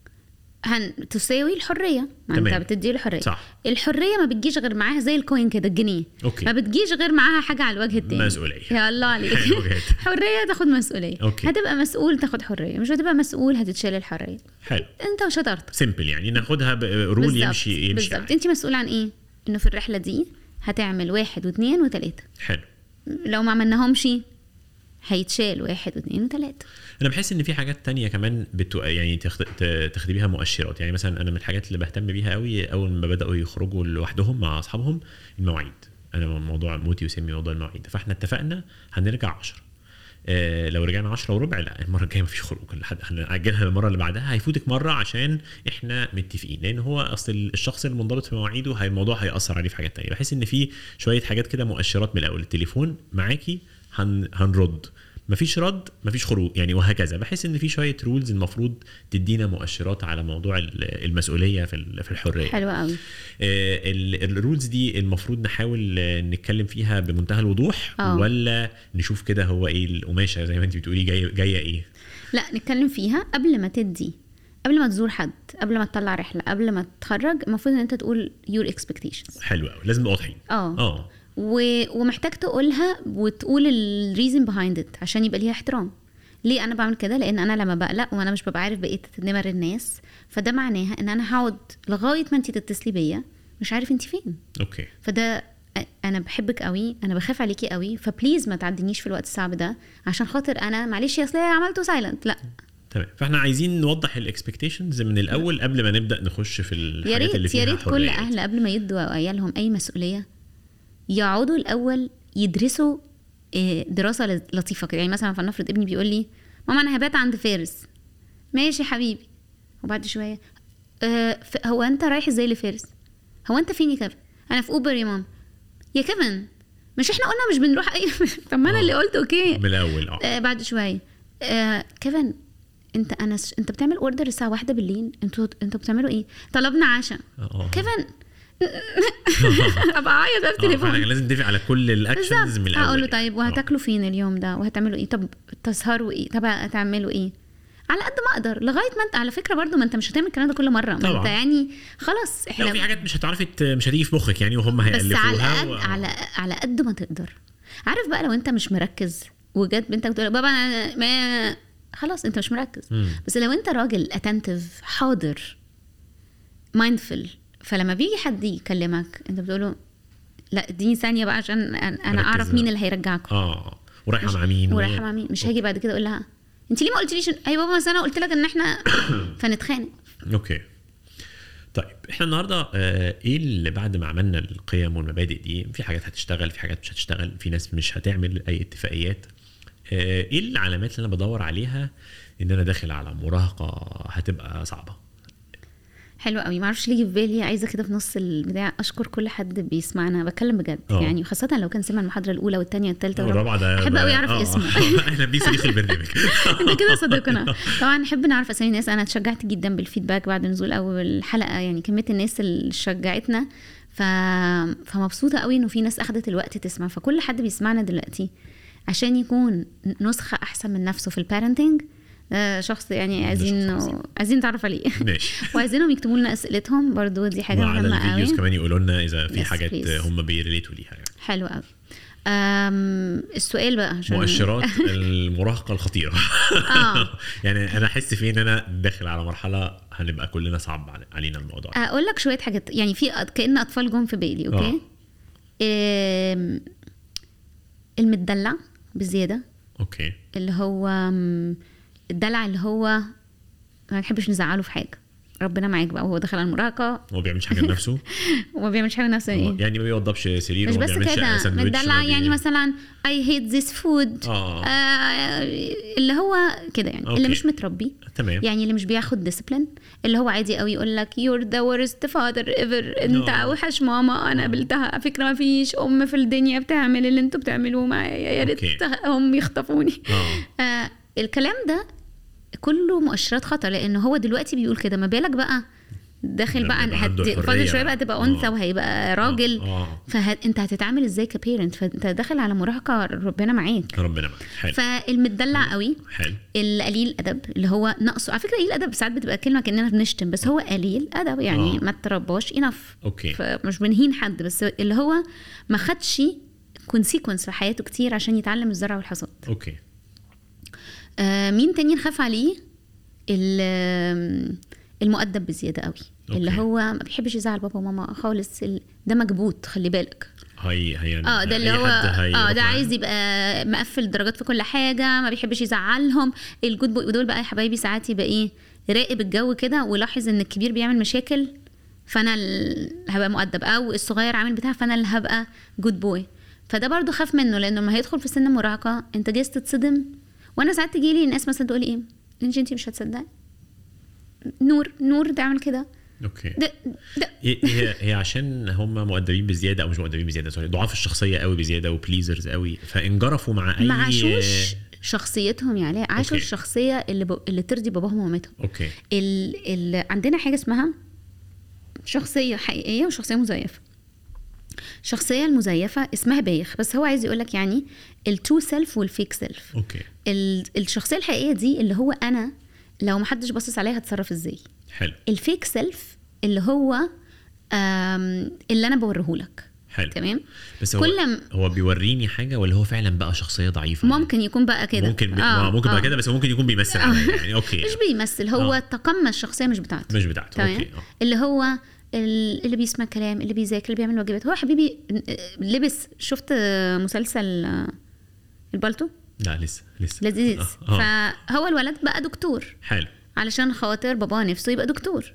هن تساوي الحريه. ما انت بتدي الحريه. صح. الحريه ما بتجيش غير معاها زي الكوين كده الجنيه. أوكي. ما بتجيش غير معاها حاجه على الوجه التاني. مسؤوليه. يا الله عليك. حريه تاخد مسؤوليه. أوكي. هتبقى مسؤول تاخد حريه مش هتبقى مسؤول هتتشال الحريه. حلو. انت مش هتعرف سيمبل يعني ناخدها برول يمشي يمشي بالظبط. انت مسؤول عن ايه؟ انه في الرحله دي هتعمل واحد واثنين وثلاثه. حلو. لو ما عملناهمش هيتشال واحد واثنين وثلاثة. انا بحس ان في حاجات تانية كمان بتو... يعني تخد... تاخدي بيها مؤشرات. يعني مثلا انا من الحاجات اللي بهتم بيها قوي اول ما بداوا يخرجوا لوحدهم مع اصحابهم المواعيد. انا موضوع موتي وسمي موضوع المواعيد. فاحنا اتفقنا هنرجع عشرة. آه لو رجعنا عشرة وربع لا المره الجايه مفيش خروج لحد هنأجلها المره اللي بعدها. هيفوتك مره عشان احنا متفقين لان هو اصل الشخص المنضبط في مواعيده هي الموضوع هيأثر عليه في حاجات تانية. بحس ان في شويه حاجات كده مؤشرات من الاول. التليفون معاكي هن... هنرد مفيش رد مفيش خروج يعني وهكذا. بحس ان في شويه رولز المفروض تدينا مؤشرات على موضوع المسؤوليه في في الحريه. حلوه قوي. الرولز دي المفروض نحاول نتكلم فيها بمنتهى الوضوح أوه. ولا نشوف كده هو ايه القماشه زي ما انت بتقولي جايه جايه ايه؟ لا نتكلم فيها قبل ما تدي قبل ما تزور حد قبل ما تطلع رحله قبل ما تتخرج. المفروض ان انت تقول your expectations. حلو قوي. لازم نبقى واضحين. اه اه ومحتاج تقولها وتقول الريزن بيهايند ات عشان يبقى ليها احترام. ليه انا بعمل كده؟ لان انا لما بقلق وانا مش ببقى عارف بقيه نمر الناس فده معناها ان انا هقعد لغايه ما انت تتصلي بيا مش عارف انت فين. اوكي. فده انا بحبك قوي انا بخاف عليكي قوي فبليز ما تعدينيش في الوقت الصعب ده عشان خاطر انا معلش يا اصل عملته سايلنت. لا تمام. فاحنا عايزين نوضح الاكسبكتيشنز من الاول قبل ما نبدا نخش في الحاجات اللي فيها حريه. يا ريت كل اهل قبل ما يدوا عيالهم اي مسؤوليه يقعدوا الاول يدرسوا دراسه لطيفه كده. يعني مثلا فلنفرض ابني بيقول لي ماما انا هبات عند فارس. ماشي حبيبي. وبعد شويه أه هو انت رايح ازاي لفارس؟ هو انت فين يا كيفن؟ انا في اوبر يا ماما. يا كيفن مش احنا قلنا مش بنروح اي طب ما انا اللي قلت اوكي من الاول. اه أه بعد شويه أه كيفن انت انا س... انت بتعمل اوردر الساعه واحدة بالليل. انتوا انتوا بتعملوا ايه؟ طلبنا عشاء. كيفن ابقى عايز في التليفون. لازم تدفع على كل الاكشنز من الاول. هقول له طيب وهتاكلوا فين اليوم ده وهتعملوا ايه؟ طب تسهروا ايه؟ طب هتعملوا ايه؟ على قد ما اقدر لغايه ما انت على فكره برضو ما انت مش هتعمل الكلام ده كل مره. ما انت يعني خلاص احنا لو في حاجات مش هتعرفي مش هتيجي في مخك يعني وهم هيالفوها. بس على قد و... على على قد ما تقدر. عارف بقى لو انت مش مركز وجت بنتك تقول بابا ما خلاص انت مش مركز. م. بس لو انت راجل اتنتف حاضر مايندفul فلما بيجي حد يكلمك انت بتقوله لا اديني ثانيه بقى عشان انا اعرف مين اللي هيرجعكم. اه ورايحه مع مين ورايحه مع مين. مش هاجي بعد كده اقول لها انت ليه ما قلتليش اي بابا بس انا قلت لك ان احنا فنتخانق. اوكي طيب احنا النهارده آه ايه اللي بعد ما عملنا القيم والمبادئ دي في حاجات هتشتغل في حاجات مش هتشتغل في ناس مش هتعمل اي اتفاقيات. آه ايه العلامات اللي انا بدور عليها ان انا داخل على مراهقه هتبقى صعبه؟ حلو قوي. ما اعرفش ليه في بالي عايزه كده في نص البدايه اشكر كل حد بيسمعنا بتكلم بجد. أوه. يعني خاصه لو كان سمع المحاضره الاولى والثانيه والثالثه والرابعه احب قوي يعرف اسمه. احنا بصديق البرنامج انت كده صديقنا. طبعا نحب نعرف اسامي الناس. انا اتشجعت جدا بالفيدباك بعد نزول اول حلقه يعني كميه الناس اللي شجعتنا ف... فمبسوطه قوي انه في ناس اخذت الوقت تسمع. فكل حد بيسمعنا دلوقتي عشان يكون نسخه احسن من نفسه في البارنتنج شخص يعني عايزين عايزين نتعرف عليه. ماشي. وعايزينهم يكتبوا لنا اسئلتهم برضو دي حاجه مهمه قوي. وعلى الفيديوز كمان يقولوا لنا اذا في حاجات هم بيريليتوا ليها يعني. حلو قوي. السؤال بقى عشان مؤشرات المراهقه الخطيره. اه يعني انا احس فيه ان انا داخل على مرحله هنبقى كلنا صعب علينا الموضوع. اقول لك شويه حاجات يعني في كأن اطفال جم في بالي. اوكي آه. المدلع بزياده. اوكي اللي هو الدلع اللي هو ما نحبش نزعله في حاجه. ربنا معاك بقى وهو دخل على المراهقه وما بيعملش حاجه لنفسه. وما بيعملش حاجه لنفسه ايه يعني ما بيوضبش سريره وما بيعملش ساندوتش. مدلع يعني مثلا I hate this food. آه. آه اللي هو كده يعني. أوكي. اللي مش متربي. تمام. يعني اللي مش بياخد ديسيبلين. اللي هو عادي قوي يقول لك you're the worst father ever. انت اوحش ماما انا قابلتها. فكره ما فيش ام في الدنيا بتعمل اللي انتوا بتعملوه معايا يا ريت هم يخطفوني. آه. آه الكلام ده كله مؤشرات خطر لانه هو دلوقتي بيقول كده. ما بالك بقى داخل بقى فاضل شويه بقى تبقى انثى وهيبقى راجل. فانت هتتعامل ازاي كبيرنت؟ فانت داخل على مراهقه ربنا معاك. ربنا معاك. حلو. فالمدلع قوي. حلو. القليل ادب اللي هو نقصه. على فكره قليل ادب ساعات بتبقى كلمه كاننا بنشتم بس هو قليل ادب يعني آه. ما ترباش انف. اوكي. فمش بنهين حد بس اللي هو ما خدش كونسيكونس في حياته كتير عشان يتعلم الزرع والحصاد. اوكي. آه مين تاني نخاف عليه؟ المؤدب بزياده قوي. أوكي. اللي هو ما بيحبش يزعل بابا وماما خالص. ده مكبوت خلي بالك. هي هي اه ده اللي هو اه ده عايز يبقى مقفل درجات في كل حاجه ما بيحبش يزعلهم. الجود بوي ودول بقى يا حبايبي ساعات يبقى ايه راقب الجو كده ولاحظ ان الكبير بيعمل مشاكل فانا هبقى مؤدب او الصغير عامل بتاع فانا اللي هبقى جود بوي. فده برضو خاف منه لانه لما هيدخل في سن المراهقه انت جايز تتصدم. وانا ساعات تجي لي الناس مثلا تقول ايه انت انت مش هتصدق نور نور تعمل كده. اوكي. ده ده هي هي عشان هم مؤدبين بزياده او مش مؤدبين بزياده سوري ضعاف الشخصيه قوي بزياده وبليزرز قوي فانجرفوا مع اي ما عاشوش شخصيتهم يعني عاشوا الشخصيه اللي ب... اللي ترضي باباهم ومامتهم. اوكي. ال... ال... عندنا حاجه اسمها شخصيه حقيقيه وشخصيه مزيفه. الشخصيه المزيفه اسمها بايخ بس هو عايز يقولك يعني التو سيلف والفيك سيلف. اوكي. ال... الشخصيه الحقيقيه دي اللي هو انا لو ما حدش باصص عليها هتصرف ازاي. حلو. الفيك سيلف اللي هو اللي انا بوريهولك. حلو. تمام. بس هو كل م... هو بيوريني حاجه ولا هو فعلا بقى شخصيه ضعيفه؟ ممكن يكون بقى كده. ممكن بي... آه. ممكن آه. بقى كده بس ممكن يكون بيمثل عليا يعني. اوكي. مش بيمثل هو آه. تقمص الشخصيه مش بتاعته. مش بتاعته. اوكي. آه. اللي هو اللي بيسمع كلام اللي بيذاكر اللي بيعمل واجبات. هو حبيبي لبس شفت مسلسل البالتو؟ لا لسه لسه لذيذ. آه. فهو الولد بقى دكتور. حلو. علشان خاطر بابا نفسه يبقى دكتور.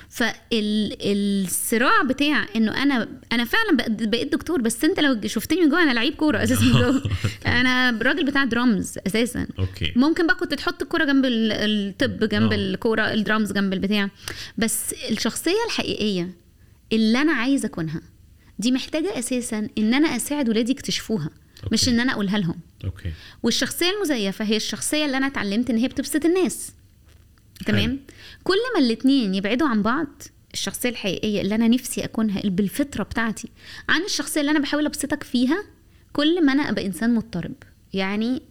فالصراع بتاع انه انا انا فعلا بقيت دكتور بس انت لو شفتني من جوه انا لعيب كوره اساسا من جوه. انا راجل بتاع درامز اساسا. أوكي. ممكن بقى كنت تحط الكوره جنب الطب جنب الكوره الدرامز جنب البتاع. بس الشخصيه الحقيقيه اللي انا عايزه اكونها دي محتاجه اساسا ان انا اساعد ولادي يكتشفوها. أوكي. مش ان انا اقولها لهم. اوكي. والشخصيه المزيفه هي الشخصيه اللي انا اتعلمت ان هي بتبسط الناس. تمام. كل ما الاتنين يبعدوا عن بعض الشخصيه الحقيقيه اللي انا نفسي اكونها بالفطره بتاعتي عن الشخصيه اللي انا بحاول ابسطك فيها، كل ما انا ابقى انسان مضطرب، يعني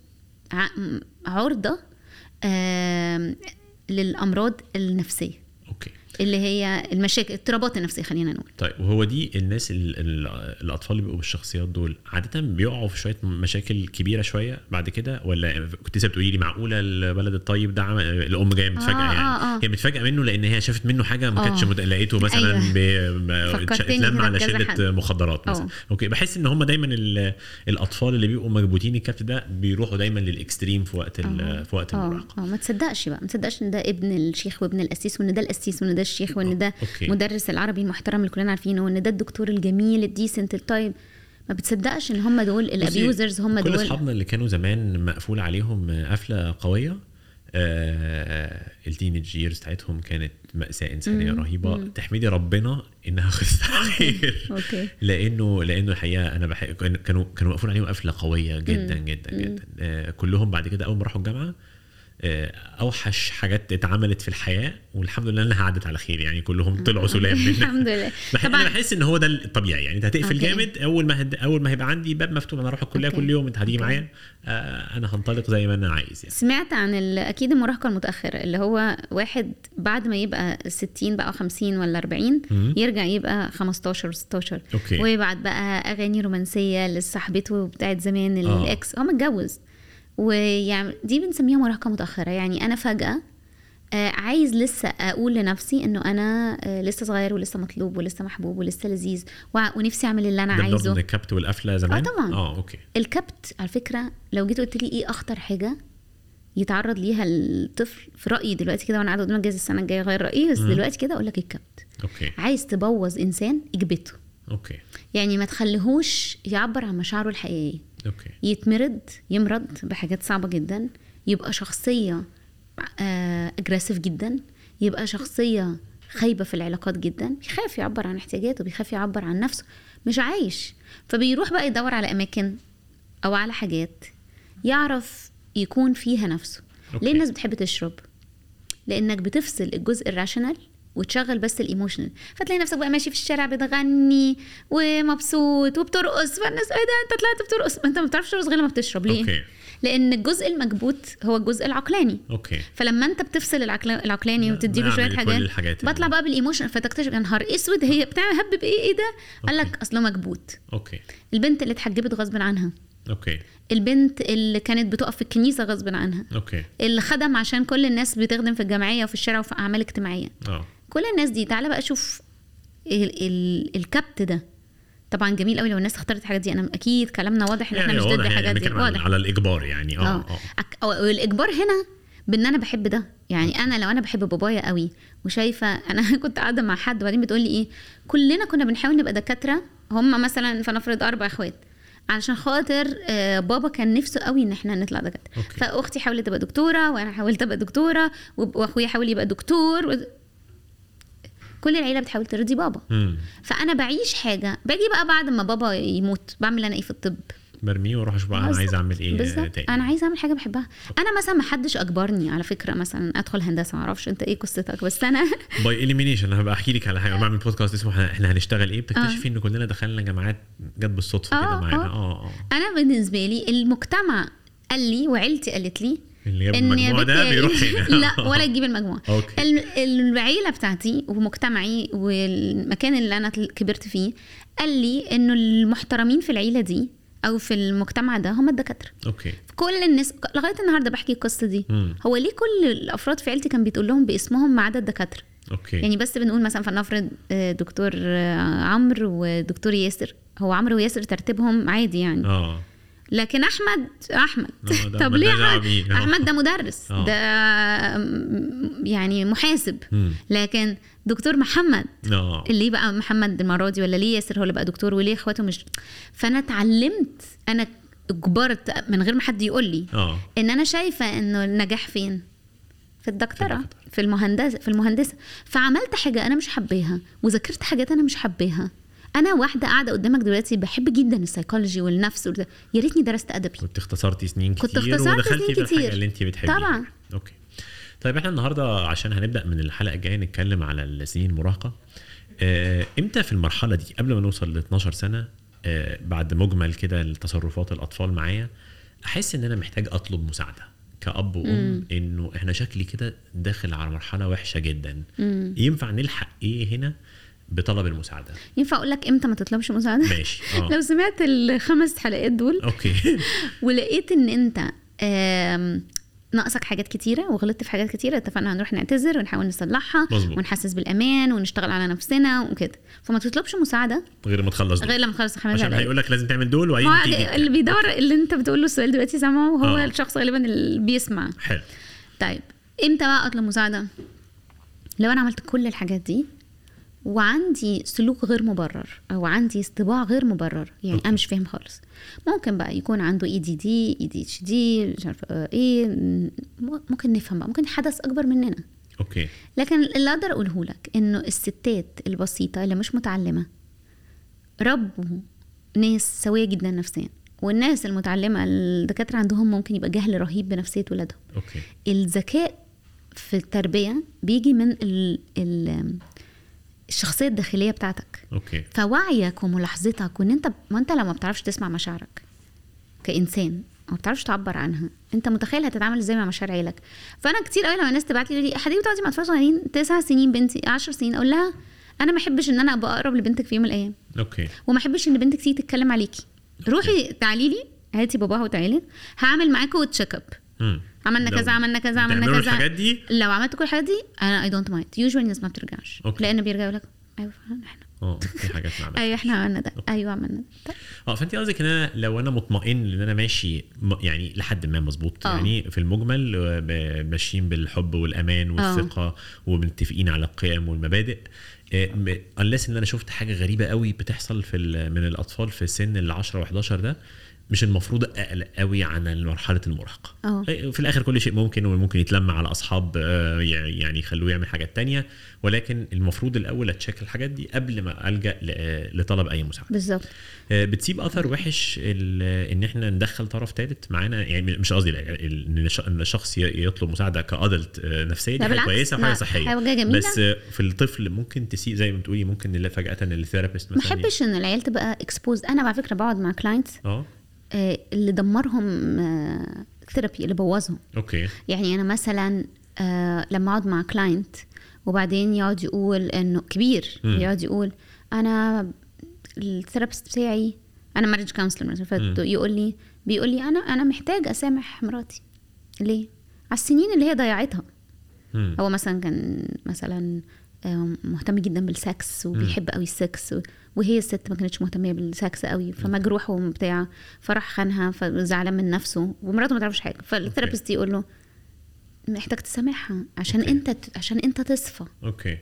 عرضه آه للامراض النفسيه. اوكي. اللي هي المشاكل اضطرابات النفسيه خلينا نقول. طيب وهو دي الناس ال ال الاطفال اللي بيبقوا بالشخصيات دول عاده بيقعوا في شويه مشاكل كبيره شويه بعد كده، ولا كنت لسه بتقولي لي معقوله البلد الطيب ده عمل الام جايه متفاجئه آه يعني آه آه. هي متفاجئه منه لان هي شافت منه حاجه ما كانتش لقيته مثلا أيوة. اتلم على شده مخدرات مثلا. اوكي. بحس ان هم دايما الاطفال اللي بيبقوا مكبوتين الكبت ده بيروحوا دايما للاكستريم في وقت في وقت المراهقه. اه ما تصدقش بقى، ما تصدقش ان ده ابن الشيخ وابن القسيس، وان ده القسيس وان ده الشيخ، وان ده أوكي. مدرس العربي المحترم اللي كلنا عارفينه، وان ده الدكتور الجميل الديسنت الطيب. ما بتصدقش ان هم دول الابيوزرز، هم دول كل اصحابنا اللي كانوا زمان مقفول عليهم قفله قويه. آه التينيج ييرز بتاعتهم كانت مأساة إنسانية مم. رهيبة. مم. تحمدي ربنا إنها خلصت على خير. أوكي. لأنه لأنه الحقيقة أنا بحق كانوا كانوا مقفول عليهم قفلة قوية جدا مم. جدا جدا. آه كلهم بعد كده أول ما راحوا الجامعة اوحش حاجات اتعملت في الحياه، والحمد لله انها عدت على خير، يعني كلهم طلعوا سلام منها. الحمد لله. طبعا بحس ان هو ده الطبيعي، يعني انت هتقفل جامد اول ما هد... اول ما هيبقى عندي باب مفتوح انا اروح الكليه كل يوم، انت هتيجي معايا آه انا هنطلق زي ما انا عايز. يعني سمعت عن ال... اكيد المراهقه المتاخره اللي هو واحد بعد ما يبقى ستين بقى خمسين ولا أربعين م- يرجع يبقى خمستاشر ستاشر ويبعت بقى اغاني رومانسيه لصاحبته بتاعت زمان الاكس هو متجوز، ويعني دي بنسميها مراهقة متأخرة. يعني أنا فجأة عايز لسه أقول لنفسي إنه أنا لسه صغير ولسه مطلوب ولسه محبوب ولسه لذيذ ونفسي أعمل اللي أنا عايزه. ده الكبت والقفلة زمان. آه طبعا. آه أوكي. الكبت على فكرة لو جيت قلت لي إيه أخطر حاجة يتعرض ليها الطفل في رأيي دلوقتي كده، وأنا قاعدة قدام الجهاز السنة الجاية غير رأيي، بس م- دلوقتي كده أقول لك الكبت. أوكي. عايز تبوظ إنسان اجبته. أوكي. يعني ما تخليهوش يعبر عن مشاعره الحقيقية. أوكي. يتمرد يمرض بحاجات صعبة جدا، يبقى شخصية اجريسيف جدا، يبقى شخصية خايبة في العلاقات جدا، بيخاف يعبر عن احتياجاته، بيخاف يعبر عن نفسه، مش عايش. فبيروح بقى يدور على أماكن أو على حاجات يعرف يكون فيها نفسه. أوكي. ليه الناس بتحب تشرب؟ لأنك بتفصل الجزء الراشنال وتشغل بس الايموشنال، فتلاقي نفسك بقى ماشي في الشارع بتغني ومبسوط وبترقص، فالناس ايه ده انت طلعت بترقص؟ انت ما بتعرفش ترقص غير لما بتشرب. ليه؟ أوكي. لان الجزء المكبوت هو الجزء العقلاني. اوكي. فلما انت بتفصل العقلاني وتديله شويه حاجات بطلع بقى بالايموشن، فتكتشف يا نهار اسود هي بتعمل هب بايه ايه ده؟ قال لك اصله مكبوت. اوكي. البنت اللي اتحجبت غصب عنها. اوكي. البنت اللي كانت بتقف في الكنيسه غصب عنها. اوكي. اللي خدم عشان كل الناس بتخدم في الجمعيه وفي الشارع وفي اعمال اجتماعيه. اه كل الناس دي. تعالى بقى شوف ال ال الكبت ده. طبعا جميل قوي لو الناس اختارت الحاجات دي، انا اكيد كلامنا واضح ان يعني احنا مش ضد الحاجات دي. واضح على الاجبار يعني. اه اه الاجبار هنا بان انا بحب ده. يعني انا لو انا بحب بابايا قوي وشايفه، انا كنت قاعده مع حد وبعدين بتقول لي ايه، كلنا كنا بنحاول نبقى دكاتره، هم مثلا فنفرض اربع اخوات، علشان خاطر بابا كان نفسه قوي ان احنا نطلع دكاتره. فاختي حاولت تبقى دكتوره وانا حاولت ابقى دكتوره واخويا حاول يبقى دكتور و... كل العيله بتحاول ترضي بابا. مم. فانا بعيش حاجه، باجي بقى بعد ما بابا يموت بعمل انا ايه في الطب؟ برميه واروح اشوف انا عايز اعمل ايه تاني. انا عايز اعمل حاجه بحبها. انا مثلا ما حدش اجبرني على فكره مثلا ادخل هندسه، ما اعرفش انت ايه قصتك، بس انا باي اليمينيشن. انا هبقى احكي لك على حاجه. بعمل بودكاست اسمه احنا هنشتغل ايه، بتكتشفي ان كلنا دخلنا جامعات جت بالصدفه كده معانا. اه اه انا بالنسبه لي المجتمع قال لي وعيلتي قالت لي اللي جاب المجموع ده بيروح هنا. لا ولا تجيب المجموع. العيله بتاعتي ومجتمعي والمكان اللي انا كبرت فيه قال لي انه المحترمين في العيله دي او في المجتمع ده هم الدكاتره. اوكي. كل الناس لغايه النهارده بحكي القصه دي. مم. هو ليه كل الافراد في عيلتي كان بيتقول لهم باسمهم ما عدا الدكاتره؟ اوكي. يعني بس بنقول مثلا فلنفرض دكتور عمرو ودكتور ياسر، هو عمرو وياسر ترتيبهم عادي يعني. اه لكن احمد احمد طب ليه احمد؟ احمد ده مدرس. أوه. ده يعني محاسب. مم. لكن دكتور محمد أوه. اللي بقى محمد المره دي، ولا ليه ياسر هو اللي بقى دكتور، وليه اخواته مش. فانا اتعلمت، انا اجبرت من غير ما حد يقول لي أوه. ان انا شايفه انه النجاح فين؟ في الدكتوره، في المهندسه في المهندسه فعملت حاجه انا مش حباها وذاكرت حاجات انا مش حباها. انا واحده قاعده قدامك دلوقتي بحب جدا السايكولوجي والنفس، يا ريتني درست ادبي. كنت اختصرتي سنين كنت كتير ودخلتي في الحاجه اللي انت بتحبيها طبعا. اوكي. طيب احنا النهارده عشان هنبدا من الحلقه الجايه نتكلم على السنين المراهقه. اه امتى في المرحله دي قبل ما نوصل ل اتناشر سنه، اه بعد مجمل كده التصرفات الاطفال معايا، احس ان انا محتاج اطلب مساعده كأب وأم؟ مم. انه احنا شكلي كده داخل على مرحله وحشه جدا. مم. ينفع نلحق ايه هنا بطلب المساعده؟ ينفع اقول لك امتى ما تطلبش مساعده؟ ماشي. آه. لو سمعت الخمس حلقات دول اوكي ولقيت ان انت ناقصك حاجات كتيره وغلطت في حاجات كتيره، اتفقنا هنروح نعتذر ونحاول نصلحها ونحسس بالامان ونشتغل على نفسنا وكده، فما تطلبش مساعده غير ما تخلص دول. غير لما تخلص خمس عشان هيقول لك لازم تعمل دول وعايز تيجي اللي بيدور اللي انت بتقول له السؤال دلوقتي سامعه وهو آه. الشخص غالبا اللي بيسمع. حلو. طيب امتى بقى اطلب مساعده؟ لو انا عملت كل الحاجات دي وعندي سلوك غير مبرر او عندي استباع غير مبرر، يعني أوكي. انا مش فاهم خالص. ممكن بقى يكون عنده اي دي دي اي دي اتش دي مش عارفه ايه، ممكن نفهم بقى، ممكن حدث اكبر مننا. اوكي. لكن اللي اقدر اقوله لك انه الستات البسيطه اللي مش متعلمه ربوا ناس سويه جدا نفسيا، والناس المتعلمه الدكاتره عندهم ممكن يبقى جهل رهيب بنفسيه ولادهم. اوكي. الذكاء في التربيه بيجي من ال ال الشخصيه الداخليه بتاعتك. اوكي. فوعيك وملاحظتك، وان انت ما انت لو ما بتعرفش تسمع مشاعرك كانسان ما بتعرفش تعبر عنها، انت متخيل هتتعامل ازاي مع مشاعر عيلك؟ فانا كتير قوي لما الناس تبعت لي حبيبتي بتقعدي مع اطفال صغيرين تسع سنين بنتي عشر سنين، اقول لها انا ما احبش ان انا ابقى اقرب لبنتك في يوم من الايام. اوكي. وما احبش ان بنتك تيجي تتكلم عليكي. روحي تعالي لي هاتي باباها وتعالي هعمل معاكوا تشيك اب، عملنا كذا عملنا كذا عملنا كذا. الحاجات دي لو عملت كل الحاجات دي انا اي دونت مايند. يوجوالي الناس ما بترجعش لان بيرجعوا يقول لك ايوه احنا اه في حاجات معنا ايوه احنا عملنا ده ايوه عملنا ده. اه فانت قصدك ان انا لو انا مطمئن ان انا ماشي يعني لحد ما مظبوط، يعني في المجمل ماشيين بالحب والامان والثقه ومتفقين على القيم والمبادئ، unless ان انا شفت حاجه غريبه قوي بتحصل في من الاطفال في سن ال عشرة وحداشر ده، مش المفروض اقلق قوي عن مرحله المراهقه. أوه. في الاخر كل شيء ممكن، وممكن يتلم على اصحاب يعني يخلوه يعمل حاجات تانية، ولكن المفروض الاول اتشيك الحاجات دي قبل ما الجا لطلب اي مساعده. بالظبط. بتسيب اثر وحش ان احنا ندخل طرف ثالث معانا، يعني مش قصدي ان الشخص يطلب مساعده كادلت نفسيه، دي حاجه كويسه وحاجه صحيه، بس في الطفل ممكن تسيء زي ما بتقولي، ممكن نلاقي فجاه ان الثيرابيست مثلا ما بحبش ان العيال تبقى اكسبوز. انا على فكره بقعد مع كلاينتس اه اللي دمرهم ثيرابي، اللي بوظهم. اوكي. يعني انا مثلا لما اقعد مع كلاينت وبعدين يقعد يقول انه كبير، يقعد يقول انا الثيرابيست بتاعي، انا ماريج كونسلر مثلا، يقول لي بيقول لي انا انا محتاج اسامح مراتي. ليه؟ على السنين اللي هي ضيعتها. مم. هو مثلا كان مثلا مهتم جدا بالسكس وبيحب قوي السكس، وهي الست ما كانتش مهتمه بالسكس قوي، فمجروح وبتاع، فراح خانها فزعلان من نفسه ومراته ما تعرفش حاجه، فالثيرابيست يقول له محتاج تسامحها عشان أوكي. انت عشان انت تصفى. اوكي.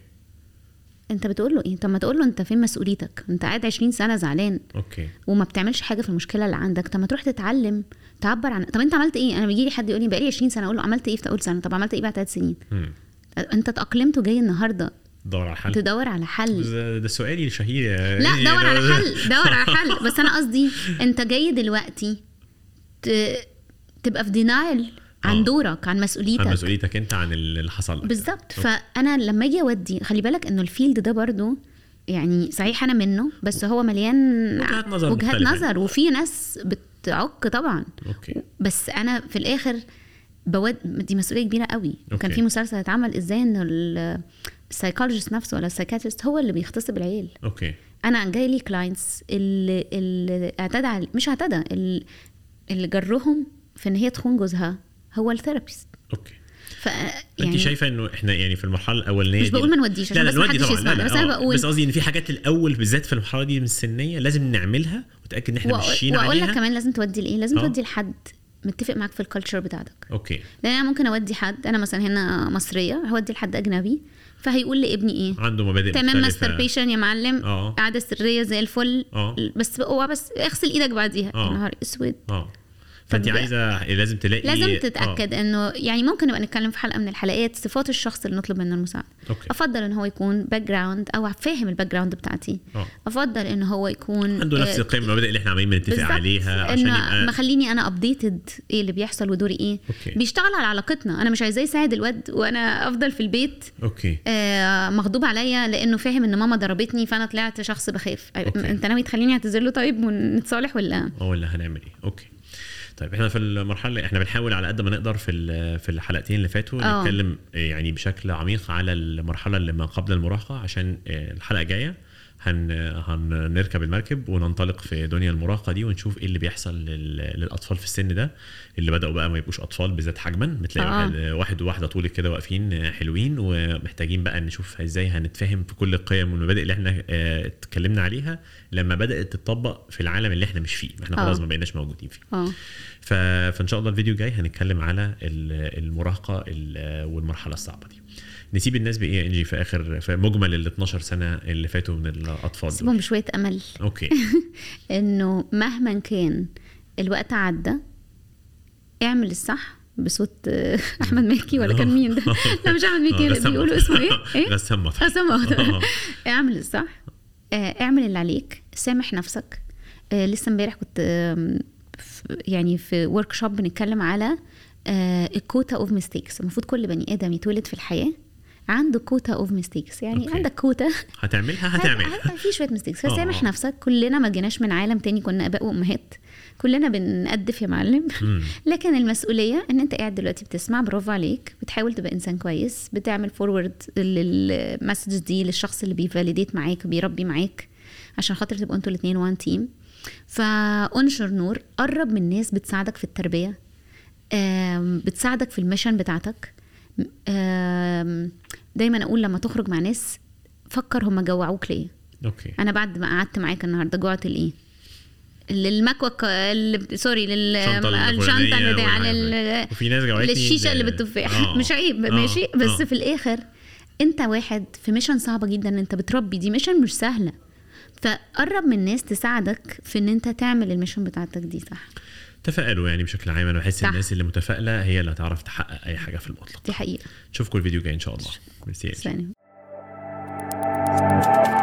انت بتقول له ايه؟ طب ما تقول له انت فين مسؤوليتك؟ انت قاعد عشرين سنه زعلان اوكي وما بتعملش حاجه في المشكله اللي عندك، طب ما تروح تتعلم تعبر عن، طب انت عملت ايه؟ انا بيجي لي حد يقول لي بقالي عشرين سنه، اقول له عملت ايه في اول سنه؟ طب عملت ايه بعد ثلاث سنين؟ مم. انت اتاقلمت وجاي النهارده دور على حل، تدور على حل. ده سؤالي الشهير. لا دور على حل، دور على حل. بس انا قصدي انت جاي دلوقتي تبقى في دينايل عن دورك، عن مسؤوليتك، عن مسؤوليتك انت، عن اللي حصل لك بالظبط. فانا لما اجي اودي، خلي بالك انه الفيلد ده برضو يعني صحيح انا منه، بس هو مليان وجهات نظر, وجهات نظر وفي ناس بتعك طبعا. أوكي. بس انا في الاخر بود دي مسؤوليه كبيره قوي. وكان في مسلسل اتعمل ازاي انه السايكولوجيست نفسه ولا السايكاتريست هو اللي بيختص بالعيال. اوكي. انا جاي لي كلاينتس اللي اللي اعتدى مش اعتدى اللي جرهم في ان هي تخون جوزها هو الثيرابيست. اوكي. ف يعني انت شايفه انه احنا يعني في المرحله الاولانيه مش بقول ما نوديش عشان بس ما حدش يسمع، بس انا بقول بس قصدي ان في حاجات الاول بالذات في المرحله دي من السنيه لازم نعملها وتاكد ان احنا ماشيين عليها. واقول لك كمان لازم تودي لايه، لازم أوه. تودي لحد متفق معاك في الكالتشر بتاعتك. اوكي. لان انا ممكن اودي حد، انا مثلا هنا مصريه، هودي لحد اجنبي فهيقول لابني ايه، عنده مبادئ تمام ماستربيشن يا معلم، اه عاده سريه زي الفل، أوه. بس هو بس اغسل ايدك بعديها. يا نهار اسود. اه فانت عايزه لازم تلاقي لازم تتاكد آه. انه يعني ممكن نبقى نتكلم في حلقه من الحلقات صفات الشخص اللي نطلب منه المساعده. أوكي. افضل ان هو يكون باك جراوند او فاهم الباك جراوند بتاعتي. أوه. افضل ان هو يكون عنده نفس القيم والمبادئ اللي احنا عمالين بنتفق عليها عشان يبقى مخليني انا ابديتد ايه اللي بيحصل ودوري ايه. أوكي. بيشتغل على علاقتنا. انا مش عايزاه يساعد الواد وانا افضل في البيت اوكي آه مغضوب عليا لانه فاهم ان ماما ضربتني فانا طلعت شخص بخاف. أوكي. انت ناوي تخليني اعتذر له طيب ونتصالح ولا اه ولا هنعمل ايه؟ اوكي طيب احنا في المرحله احنا بنحاول على قد ما نقدر في في الحلقتين اللي فاتوا أوه. نتكلم يعني بشكل عميق على المرحله اللي ما قبل المراهقه عشان الحلقه الجايه هن هنركب المركب وننطلق في دنيا المراهقه دي ونشوف ايه اللي بيحصل للاطفال في السن ده اللي بداوا بقى ما يبقوش اطفال بالذات حجما بتلاقي آه. واحد واحد وواحده طول كده واقفين حلوين ومحتاجين بقى نشوف ازاي هنتفاهم في كل القيم والمبادئ اللي احنا اه اتكلمنا عليها لما بدات تطبق في العالم اللي احنا مش فيه احنا خلاص آه. ما بقيناش موجودين فيه. اه فان شاء الله الفيديو جاي هنتكلم على المراهقه والمرحله الصعبه دي. نسيب الناس بايه انجي في اخر في مجمل ال اتناشر سنه اللي فاتوا من الاطفال سيبهم بشويه امل. اوكي انه مهما كان الوقت عدى اعمل الصح بصوت احمد مكي ولا كان مين ده؟ لا مش احمد مكي اللي بيقولوا اسمه ايه ايه غسان مطر. غسان مطر. اعمل الصح اعمل اللي عليك سامح نفسك. لسه امبارح كنت يعني في ورك شوب بنتكلم على الكوتا اوف ميستيكس. المفروض كل بني ادم يتولد في الحياه عنده كوتا اوف ميستيكس يعني أوكي. عندك كوتا هتعملها هتعملها في شويه ميستيكس فسامح نفسك. كلنا ما جيناش من عالم تاني كنا اباء وامهات كلنا بنقدف يا معلم. لكن المسؤوليه ان انت قاعد دلوقتي بتسمع برافو عليك بتحاول تبقى انسان كويس بتعمل فورورد للمسج دي للشخص اللي بيفاليديت معاك بيربي معاك عشان خاطر تبقوا انتوا الاثنين وان تيم. فانشر نور قرب من ناس بتساعدك في التربيه بتساعدك في الميشن بتاعتك. دايما اقول لما تخرج مع ناس فكر هم جوعوك ليه. اوكي انا بعد ما قعدت معاك النهارده جوعت لايه؟ للمكوك سوري للشنطه بتاع لل... وفي ناس جوعتني للشيشه اللي بالتفاح. آه. مش عيب آه. ماشي بس آه. في الاخر انت واحد في ميشن صعبه جدا انت بتربي دي ميشن مش سهله فقرب من الناس تساعدك في ان انت تعمل الميشن بتاعتك دي صح. تفائلوا يعني بشكل عام انا بحس الناس اللي متفائله هي اللي هتعرف تحقق اي حاجه في المطلق. دي حقيقه. نشوفكم الفيديو جاي ان شاء الله. ميرسي.